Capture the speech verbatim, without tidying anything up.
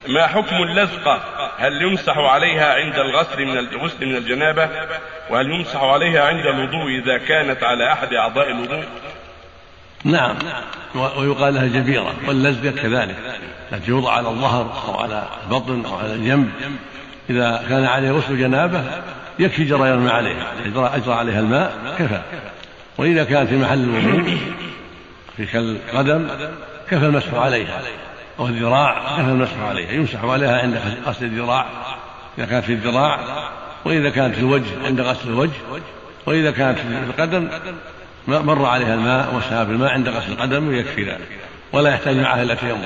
ما حكم اللزقة؟ هل يمسح عليها عند الغسل من الغسل من الجنابة؟ وهل يمسح عليها عند الوضوء إذا كانت على أحد أعضاء الوضوء؟ نعم، ويقال لها جبيرة، واللزقة كذلك التي يوضع على الظهر أو على البطن أو على الجنب. إذا كان عليه غسل جنابة يكفي جريان الماء عليها، أجرى عليها الماء كفى. وإذا كان في محل الوضوء في كالقدم كفى المسح عليها، أو الذراع كفى المسح عليها، يمسح عليها عند غسل الذراع إذا كانت في الذراع، وإذا كانت في الوجه عند غسل الوجه، وإذا كانت في القدم مر عليها الماء وسحب الماء عند غسل القدم ويكفي ذلك، ولا يحتاج معها إلا تيمم.